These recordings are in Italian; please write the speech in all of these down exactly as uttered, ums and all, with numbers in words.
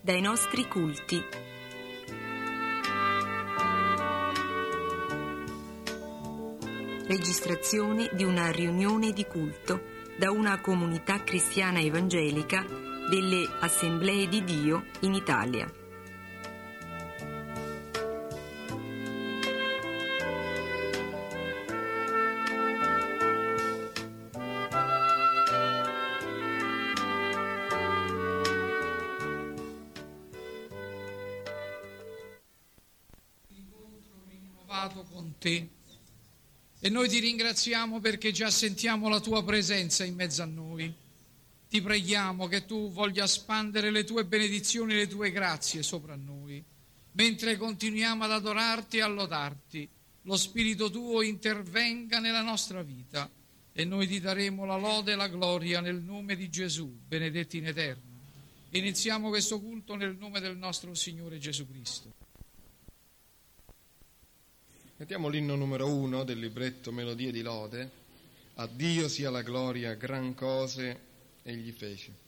dai nostri culti. Registrazione di una riunione di culto da una comunità cristiana evangelica delle Assemblee di Dio in Italia. Con te e noi ti ringraziamo perché già sentiamo la tua presenza in mezzo a noi. Ti preghiamo che tu voglia spandere le tue benedizioni e le tue grazie sopra noi mentre continuiamo ad adorarti e a lodarti. Lo Spirito tuo intervenga nella nostra vita e noi ti daremo la lode e la gloria nel nome di Gesù, benedetti in eterno. Iniziamo questo culto nel nome del nostro Signore Gesù Cristo. Cantiamo l'inno numero uno del libretto Melodie di Lode. A Dio sia la gloria, gran cose egli fece.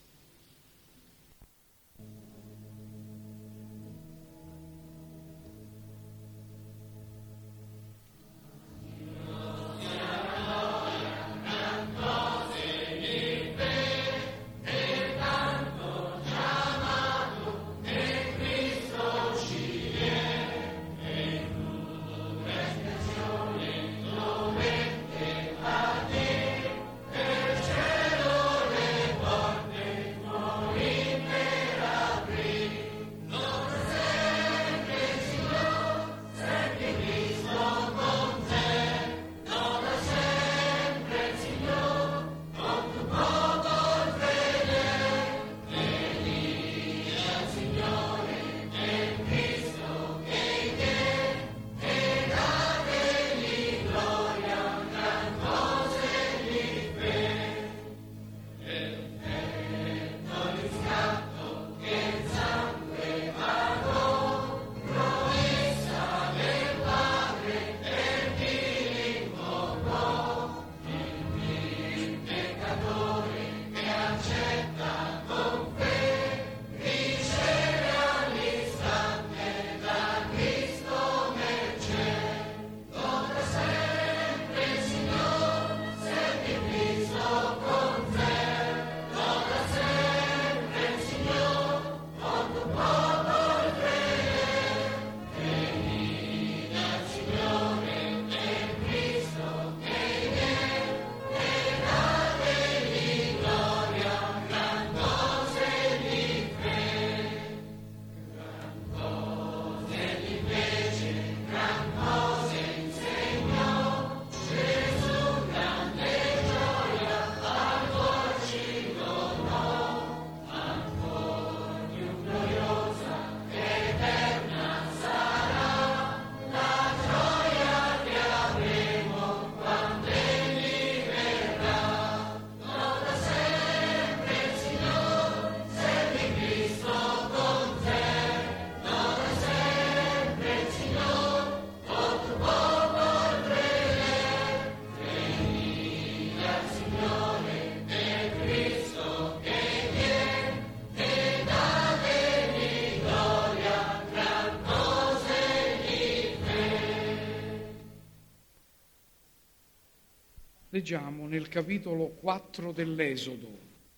Leggiamo nel capitolo quattro dell'Esodo.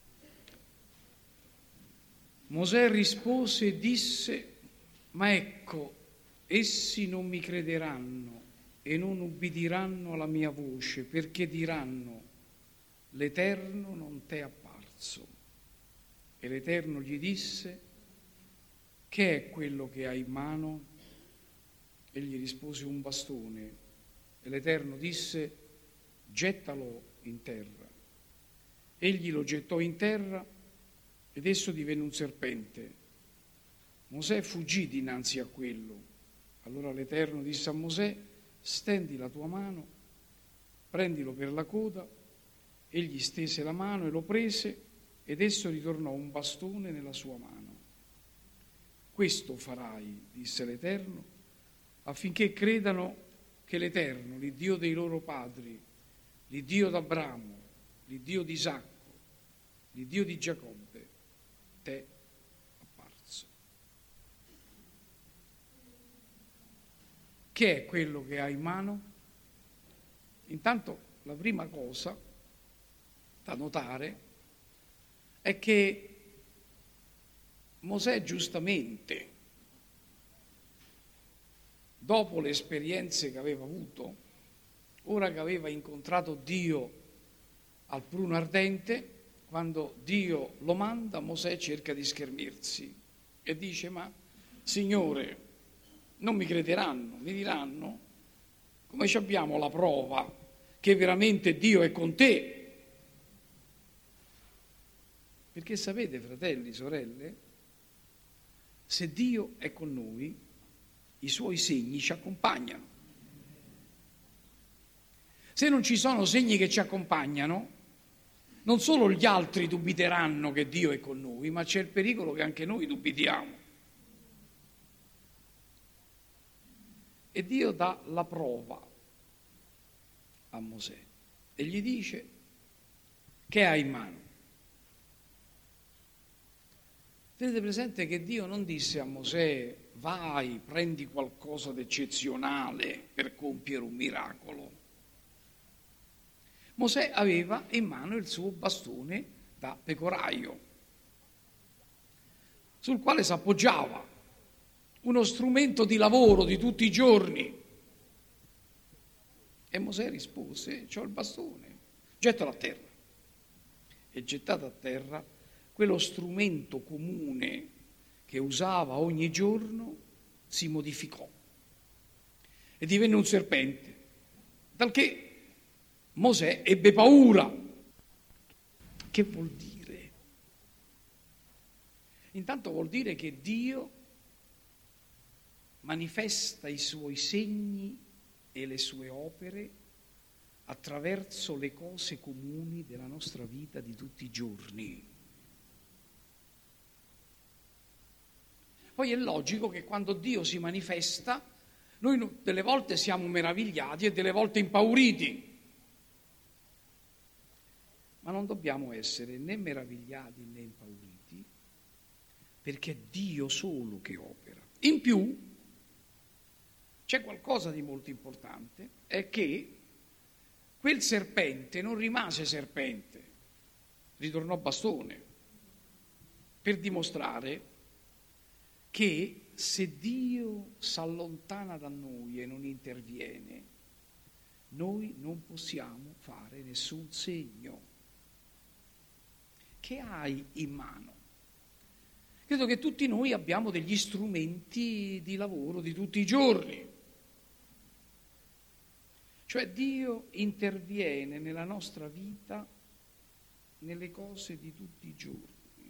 Mosè rispose e disse: ma ecco, essi non mi crederanno e non ubbidiranno alla mia voce, perché diranno: l'Eterno non t'è apparso. E l'Eterno gli disse: che è quello che hai in mano? Egli rispose: un bastone. E l'Eterno disse: gettalo in terra. Egli lo gettò in terra ed esso divenne un serpente. Mosè fuggì dinanzi a quello. Allora l'Eterno disse a Mosè: stendi la tua mano, prendilo per la coda. Egli stese la mano e lo prese ed esso ritornò un bastone nella sua mano. Questo farai, disse l'Eterno, affinché credano che l'Eterno, l'Iddio dei loro padri, l'Iddio d'Abramo, l'Iddio di Isacco, l'Iddio di Giacobbe, t'è apparso. che è quello che ha in mano? Intanto la prima cosa da notare è che Mosè giustamente, dopo le esperienze che aveva avuto, ora che aveva incontrato Dio al pruno ardente, quando Dio lo manda, Mosè cerca di schermirsi e dice: ma Signore, non mi crederanno, mi diranno, come ci abbiamo la prova che veramente Dio è con te? Perché sapete, fratelli, sorelle, se Dio è con noi, i suoi segni ci accompagnano. Se non ci sono segni che ci accompagnano, non solo gli altri dubiteranno che Dio è con noi, ma c'è il pericolo che anche noi dubitiamo. E Dio dà la prova a Mosè e gli dice: che ha in mano? Tenete presente che Dio non disse a Mosè: vai, prendi qualcosa di eccezionale per compiere un miracolo. Mosè aveva in mano il suo bastone da pecoraio, sul quale si appoggiava, uno strumento di lavoro di tutti i giorni. E Mosè rispose: c'ho il bastone, gettalo a terra. E gettato a terra, quello strumento comune che usava ogni giorno si modificò e divenne un serpente, talché Mosè ebbe paura. Che vuol dire? Intanto vuol dire che Dio manifesta i suoi segni e le sue opere attraverso le cose comuni della nostra vita di tutti i giorni. Poi è logico che quando Dio si manifesta, noi delle volte siamo meravigliati e delle volte impauriti. Ma non dobbiamo essere né meravigliati né impauriti, perché è Dio solo che opera. In più, c'è qualcosa di molto importante, è che quel serpente non rimase serpente, ritornò bastone, per dimostrare che se Dio si allontana da noi e non interviene, noi non possiamo fare nessun segno. Che hai in mano? Credo che tutti noi abbiamo degli strumenti di lavoro di tutti i giorni. Cioè Dio interviene nella nostra vita, nelle cose di tutti i giorni.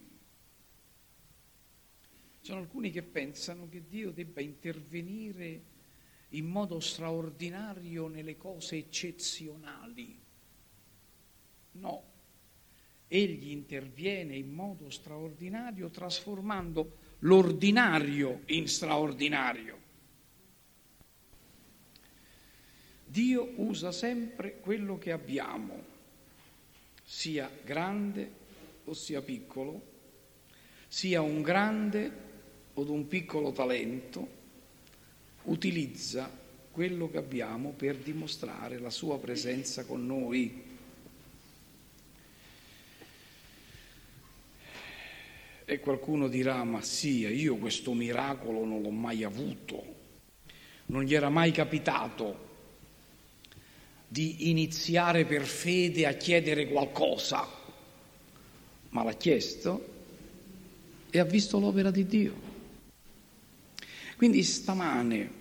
Ci sono alcuni che pensano che Dio debba intervenire in modo straordinario nelle cose eccezionali. No. Egli interviene in modo straordinario trasformando l'ordinario in straordinario. Dio usa sempre quello che abbiamo, sia grande o sia piccolo, sia un grande o un piccolo talento, utilizza quello che abbiamo per dimostrare la sua presenza con noi. E qualcuno dirà: ma sì, io questo miracolo non l'ho mai avuto, non gli era mai capitato di iniziare per fede a chiedere qualcosa, ma l'ha chiesto e ha visto l'opera di Dio. Quindi stamane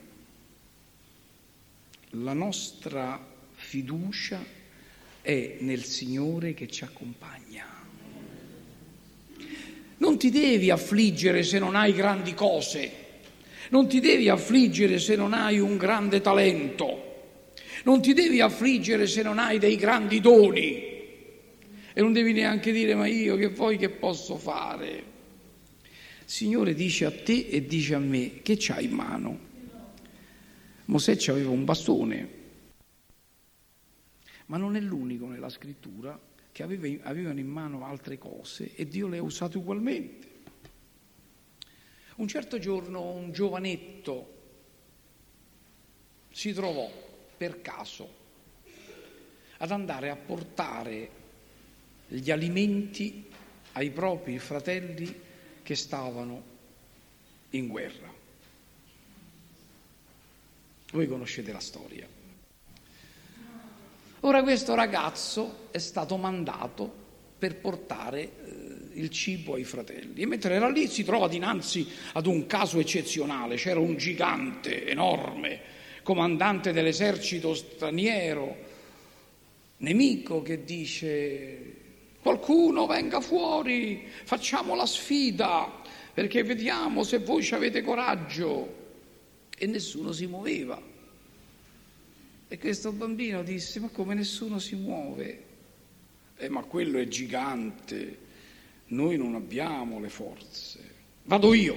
la nostra fiducia è nel Signore che ci accompagna. Non ti devi affliggere se non hai grandi cose, non ti devi affliggere se non hai un grande talento, non ti devi affliggere se non hai dei grandi doni e non devi neanche dire: ma io che vuoi che posso fare? Il Signore dice a te e dice a me: che c'hai in mano? Mosè aveva un bastone, ma non è l'unico nella scrittura che aveva, avevano in mano altre cose e Dio le ha usate ugualmente. Un certo giorno un giovanetto si trovò per caso ad andare a portare gli alimenti ai propri fratelli che stavano in guerra. Voi conoscete la storia. Ora questo ragazzo è stato mandato per portare eh, il cibo ai fratelli, e mentre era lì si trova dinanzi ad un caso eccezionale. C'era un gigante enorme, comandante dell'esercito straniero, nemico, che dice: qualcuno venga fuori, facciamo la sfida, perché vediamo se voi ci avete coraggio. E nessuno si muoveva. E questo bambino disse: ma come nessuno si muove? Eh, ma quello è gigante, noi non abbiamo le forze, vado io.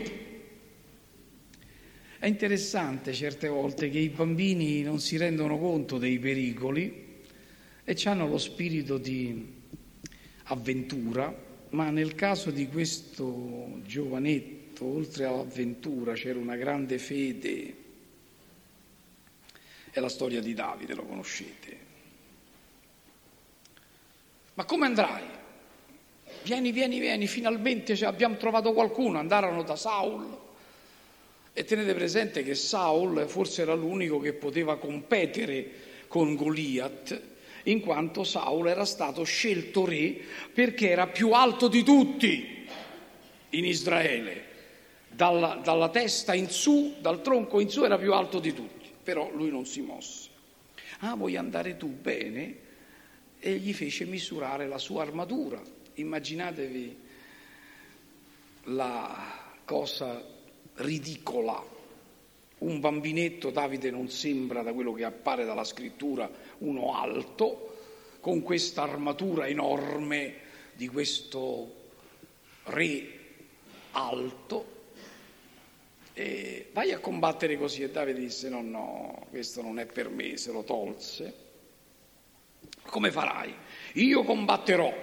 È interessante certe volte che i bambini non si rendono conto dei pericoli e hanno lo spirito di avventura, ma nel caso di questo giovanetto, oltre all'avventura, c'era una grande fede. È la storia di Davide, lo conoscete. Ma come andrai? Vieni, vieni, vieni, finalmente abbiamo trovato qualcuno. Andarono da Saul, e tenete presente che Saul forse era l'unico che poteva competere con Goliat, in quanto Saul era stato scelto re perché era più alto di tutti in Israele. Dalla, dalla testa in su, dal tronco in su, era più alto di tutti, però lui non si mosse. Ah, vuoi andare tu? Bene. E gli fece misurare la sua armatura. Immaginatevi la cosa ridicola. Un bambinetto, Davide non sembra, da quello che appare dalla scrittura, uno alto, con questa armatura enorme di questo re alto. E vai a combattere così. E Davide disse: no, no, questo non è per me, se lo tolse. Come farai? Io combatterò.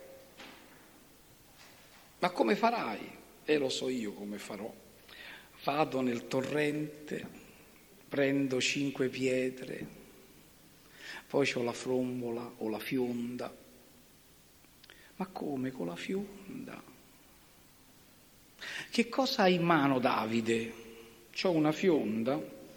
Ma come farai? E lo so io come farò. Vado nel torrente, prendo cinque pietre, poi c'ho la frombola o la fionda. Ma come, con la fionda? Che cosa hai in mano, Davide? C'ho una fionda.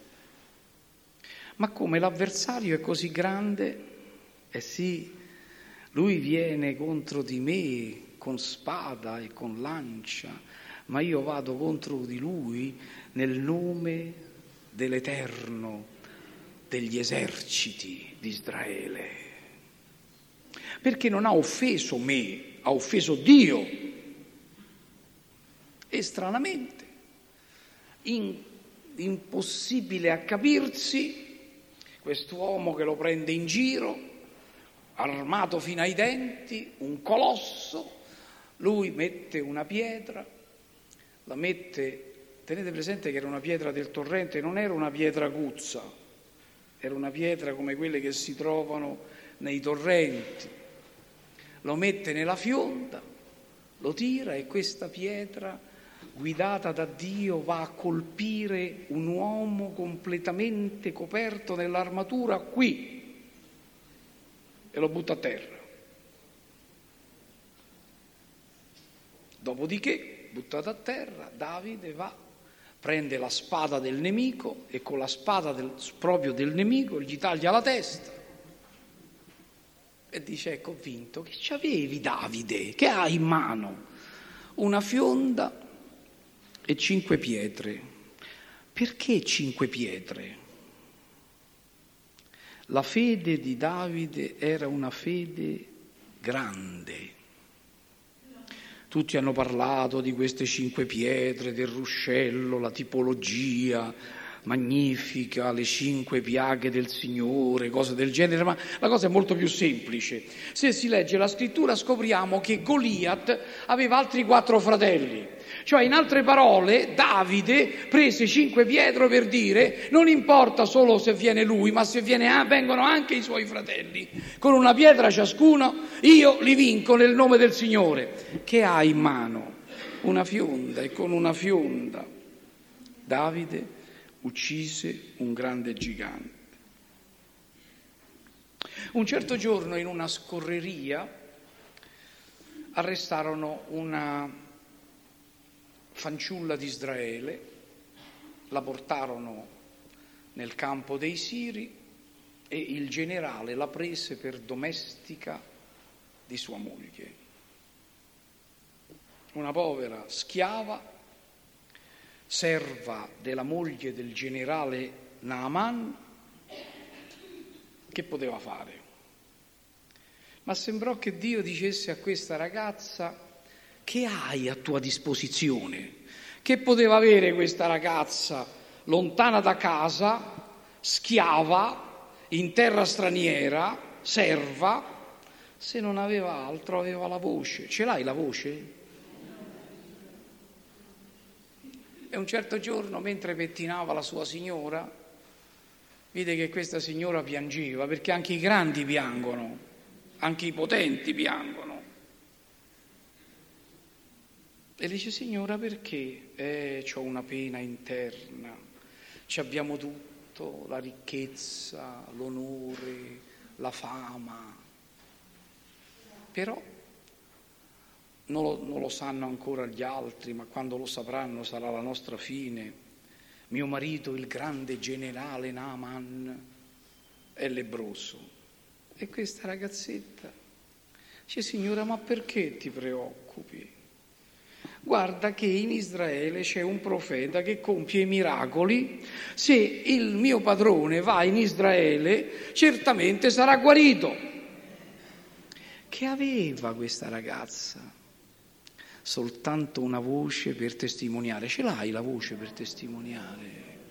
Ma come, l'avversario è così grande? Eh sì, lui viene contro di me con spada e con lancia, ma io vado contro di lui nel nome dell'Eterno degli eserciti di Israele. Perché non ha offeso me, ha offeso Dio. E stranamente, in, impossibile a capirsi, quest'uomo che lo prende in giro, armato fino ai denti, un colosso, lui mette una pietra, la mette, tenete presente che era una pietra del torrente, non era una pietra aguzza, era una pietra come quelle che si trovano nei torrenti, lo mette nella fionda, lo tira, e questa pietra, guidata da Dio, va a colpire un uomo completamente coperto nell'armatura qui, e lo butta a terra. Dopodiché, buttato a terra, Davide va, prende la spada del nemico e con la spada del, proprio del nemico gli taglia la testa e dice: ecco, ho vinto. Che c'avevi, Davide? Che hai in mano? Una fionda e cinque pietre. Perché cinque pietre? La fede di Davide era una fede grande. Tutti hanno parlato di queste cinque pietre, del ruscello, la tipologia magnifica, le cinque piaghe del Signore, cose del genere, ma la cosa è molto più semplice. Se si legge la scrittura scopriamo che Goliat aveva altri quattro fratelli. Cioè, in altre parole, Davide prese cinque pietre per dire: non importa solo se viene lui, ma se viene, ah, vengono anche i suoi fratelli. Con una pietra ciascuno io li vinco nel nome del Signore. Che ha in mano? Una fionda, e con una fionda Davide uccise un grande gigante. Un certo giorno in una scorreria arrestarono una fanciulla di Israele, la portarono nel campo dei Siri e il generale la prese per domestica di sua moglie. Una povera schiava, serva della moglie del generale Naaman, che poteva fare? Ma sembrò che Dio dicesse a questa ragazza: che hai a tua disposizione? Che poteva avere questa ragazza lontana da casa, schiava, in terra straniera, serva, se non aveva altro aveva la voce. Ce l'hai la voce? E un certo giorno, mentre pettinava la sua signora, vide che questa signora piangeva, perché anche i grandi piangono, anche i potenti piangono. E dice: signora, perché? Eh, c'ho una pena interna, ci abbiamo tutto, la ricchezza, l'onore, la fama, però non lo, non lo sanno ancora gli altri, ma quando lo sapranno sarà la nostra fine. Mio marito, il grande generale Naaman, è lebbroso. E questa ragazzetta dice: signora, ma perché ti preoccupi? Guarda che in Israele c'è un profeta che compie i miracoli. Se il mio padrone va in Israele, certamente sarà guarito. Che aveva questa ragazza? Soltanto una voce per testimoniare. Ce l'hai la voce per testimoniare?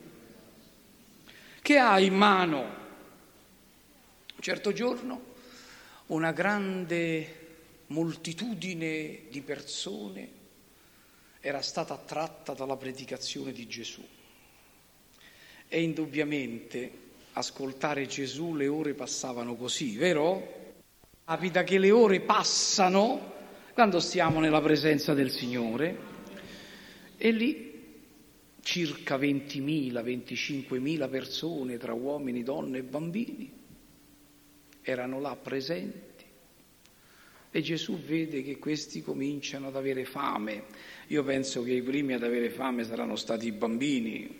Che hai in mano? Un certo giorno una grande moltitudine di persone era stata attratta dalla predicazione di Gesù. E indubbiamente ascoltare Gesù le ore passavano così, vero? Capita che le ore passano quando stiamo nella presenza del Signore, e lì circa ventimila, venticinquemila persone tra uomini, donne e bambini erano là presenti. E Gesù vede che questi cominciano ad avere fame. Io penso che i primi ad avere fame saranno stati i bambini.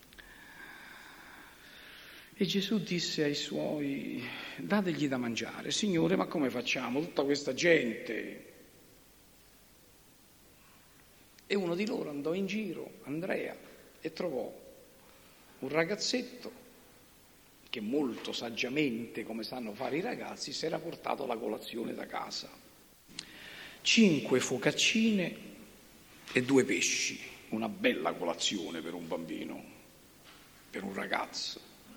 E Gesù disse ai suoi: dategli da mangiare. Signore, ma come facciamo? Tutta questa gente. E uno di loro andò in giro, Andrea, e trovò un ragazzetto che molto saggiamente, come sanno fare i ragazzi, si era portato la colazione da casa. Cinque focaccine e due pesci, una bella colazione per un bambino, per un ragazzo.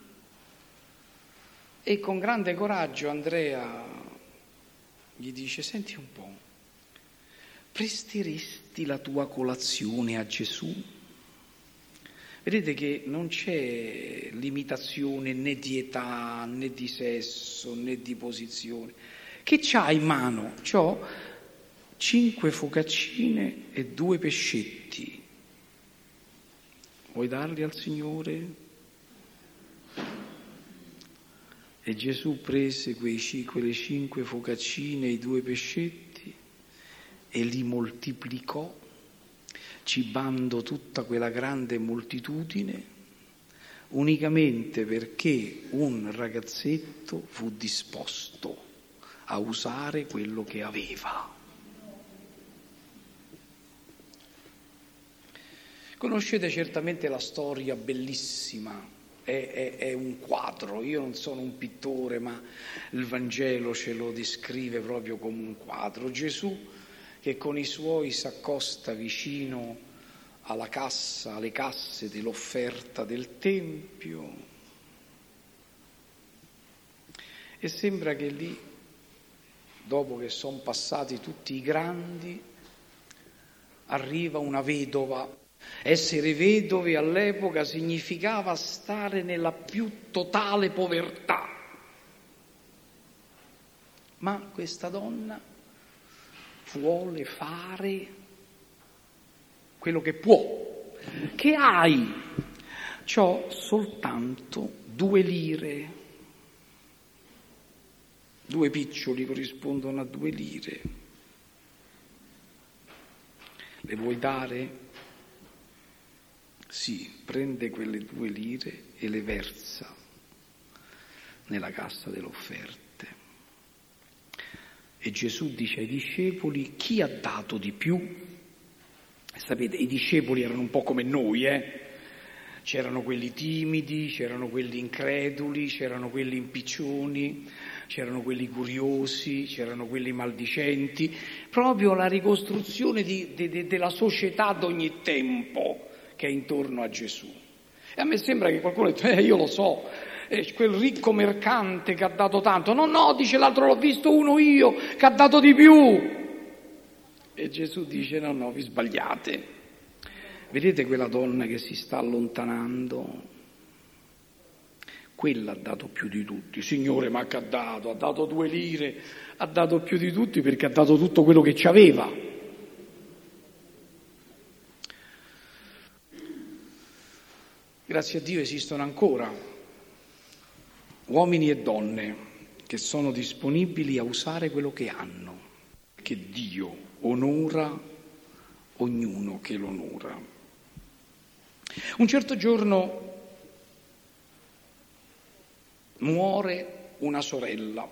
E con grande coraggio Andrea gli dice: senti un po', presteresti la tua colazione a Gesù? Vedete che non c'è limitazione né di età, né di sesso, né di posizione. Che c'ha in mano? C'ho cinque focaccine e due pescetti. Vuoi darli al Signore? E Gesù prese quei, quelle cinque focaccine e i due pescetti e li moltiplicò, cibando tutta quella grande moltitudine, unicamente perché un ragazzetto fu disposto a usare quello che aveva. Conoscete certamente la storia bellissima, è, è, è un quadro. Io non sono un pittore, ma il Vangelo ce lo descrive proprio come un quadro. Gesù che con i suoi s'accosta vicino alla cassa, alle casse dell'offerta del Tempio, e sembra che lì, dopo che sono passati tutti i grandi, arriva una vedova. Essere vedove all'epoca significava stare nella più totale povertà. Ma questa donna vuole fare quello che può. Che hai? c'ho soltanto due lire. Due piccioli corrispondono a due lire. Le vuoi dare? Sì, prende quelle due lire e le versa nella cassa delle offerte. E Gesù dice ai discepoli: chi ha dato di più? E sapete, i discepoli erano un po' come noi, eh? C'erano quelli timidi, c'erano quelli increduli, c'erano quelli impiccioni, c'erano quelli curiosi, c'erano quelli maldicenti, proprio la ricostruzione di, de, de, della società d'ogni tempo che è intorno a Gesù. E a me sembra che qualcuno dice, eh, io lo so, è quel ricco mercante che ha dato tanto. No, no, dice l'altro, l'ho visto uno io che ha dato di più. E Gesù dice, no, no, vi sbagliate. Vedete quella donna che si sta allontanando? Quella ha dato più di tutti. Signore, ma che ha dato? Ha dato due lire, ha dato più di tutti perché ha dato tutto quello che c'aveva. Grazie a Dio esistono ancora uomini e donne che sono disponibili a usare quello che hanno, che Dio onora ognuno che lo onora. Un certo giorno muore una sorella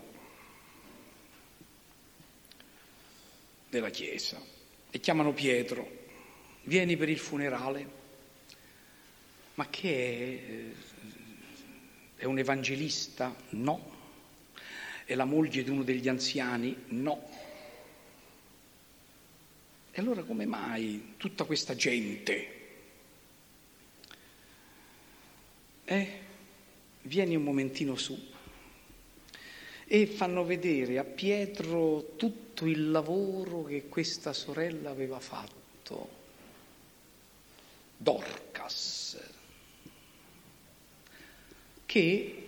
della chiesa e chiamano Pietro, vieni per il funerale. Ma che è? È un evangelista? No. È la moglie di uno degli anziani? No. E allora come mai tutta questa gente? Eh, vieni un momentino su e fanno vedere a Pietro tutto il lavoro che questa sorella aveva fatto. Dorcas, che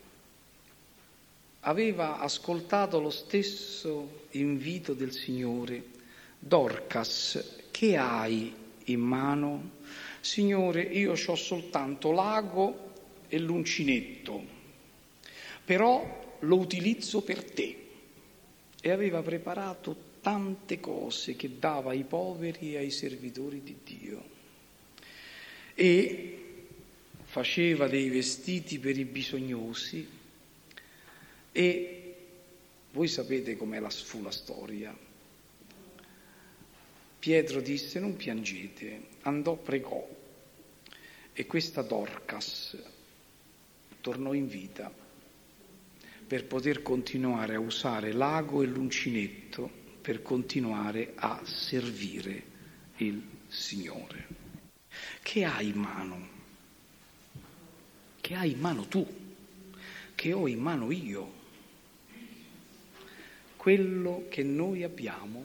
aveva ascoltato lo stesso invito del Signore. Dorcas, che hai in mano? Signore, io c'ho soltanto l'ago e l'uncinetto, però lo utilizzo per te. E aveva preparato tante cose che dava ai poveri e ai servitori di Dio. E faceva dei vestiti per i bisognosi e voi sapete com'è la, fu la storia. Pietro disse non piangete, andò, pregò e questa Dorcas tornò in vita per poter continuare a usare l'ago e l'uncinetto per continuare a servire il Signore. Che hai in mano? Che hai in mano tu? Che ho in mano io? Quello che noi abbiamo,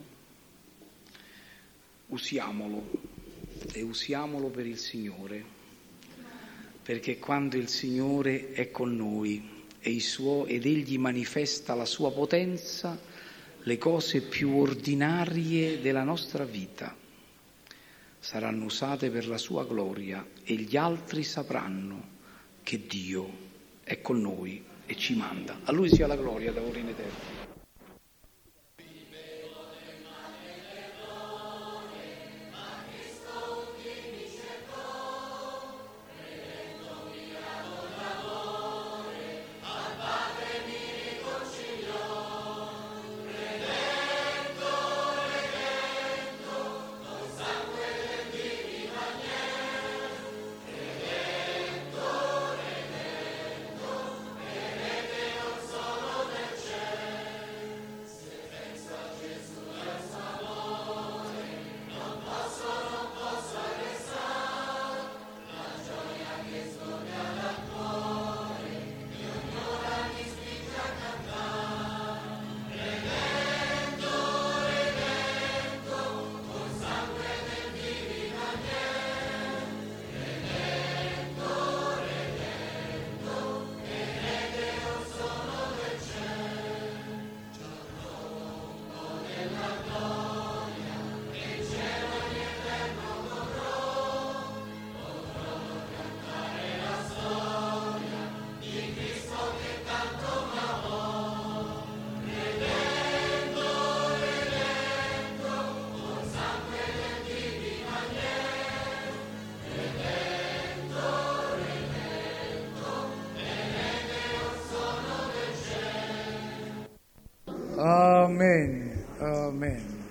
usiamolo e usiamolo per il Signore. Perché quando il Signore è con noi e i suo, ed Egli manifesta la sua potenza, le cose più ordinarie della nostra vita saranno usate per la sua gloria e gli altri sapranno che Dio è con noi e ci manda. A Lui sia la gloria da ora in eterno. Amen. Amen.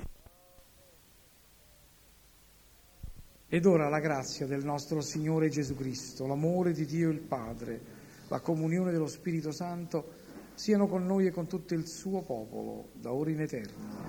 Ed ora la grazia del nostro Signore Gesù Cristo, l'amore di Dio il Padre, la comunione dello Spirito Santo siano con noi e con tutto il suo popolo, da ora in eterno.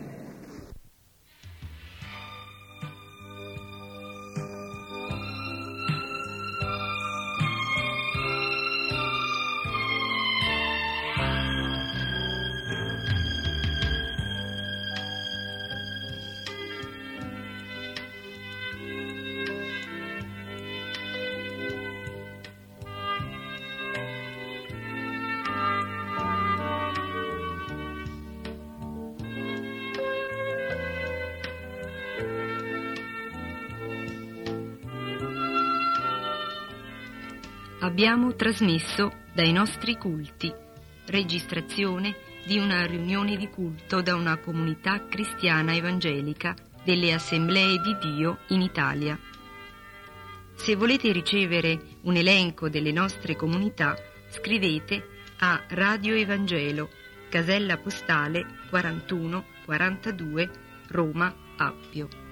Abbiamo trasmesso dai nostri culti, registrazione di una riunione di culto da una comunità cristiana evangelica delle Assemblee di Dio in Italia. Se volete ricevere un elenco delle nostre comunità, scrivete a Radio Evangelo, casella postale quarantuno quarantadue, Roma, Appio.